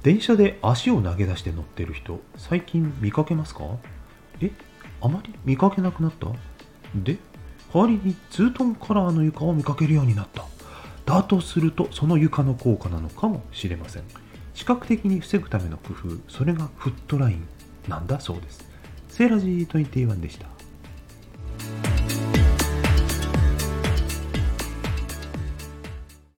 電車で足を投げ出して乗ってる人、最近見かけますか？あまり見かけなくなった？で、代わりにツートンカラーの床を見かけるようになった。だとすると、その床の効果なのかもしれません。視覚的に防ぐための工夫、それがフットラインなんだそうです。セーラジー21でした。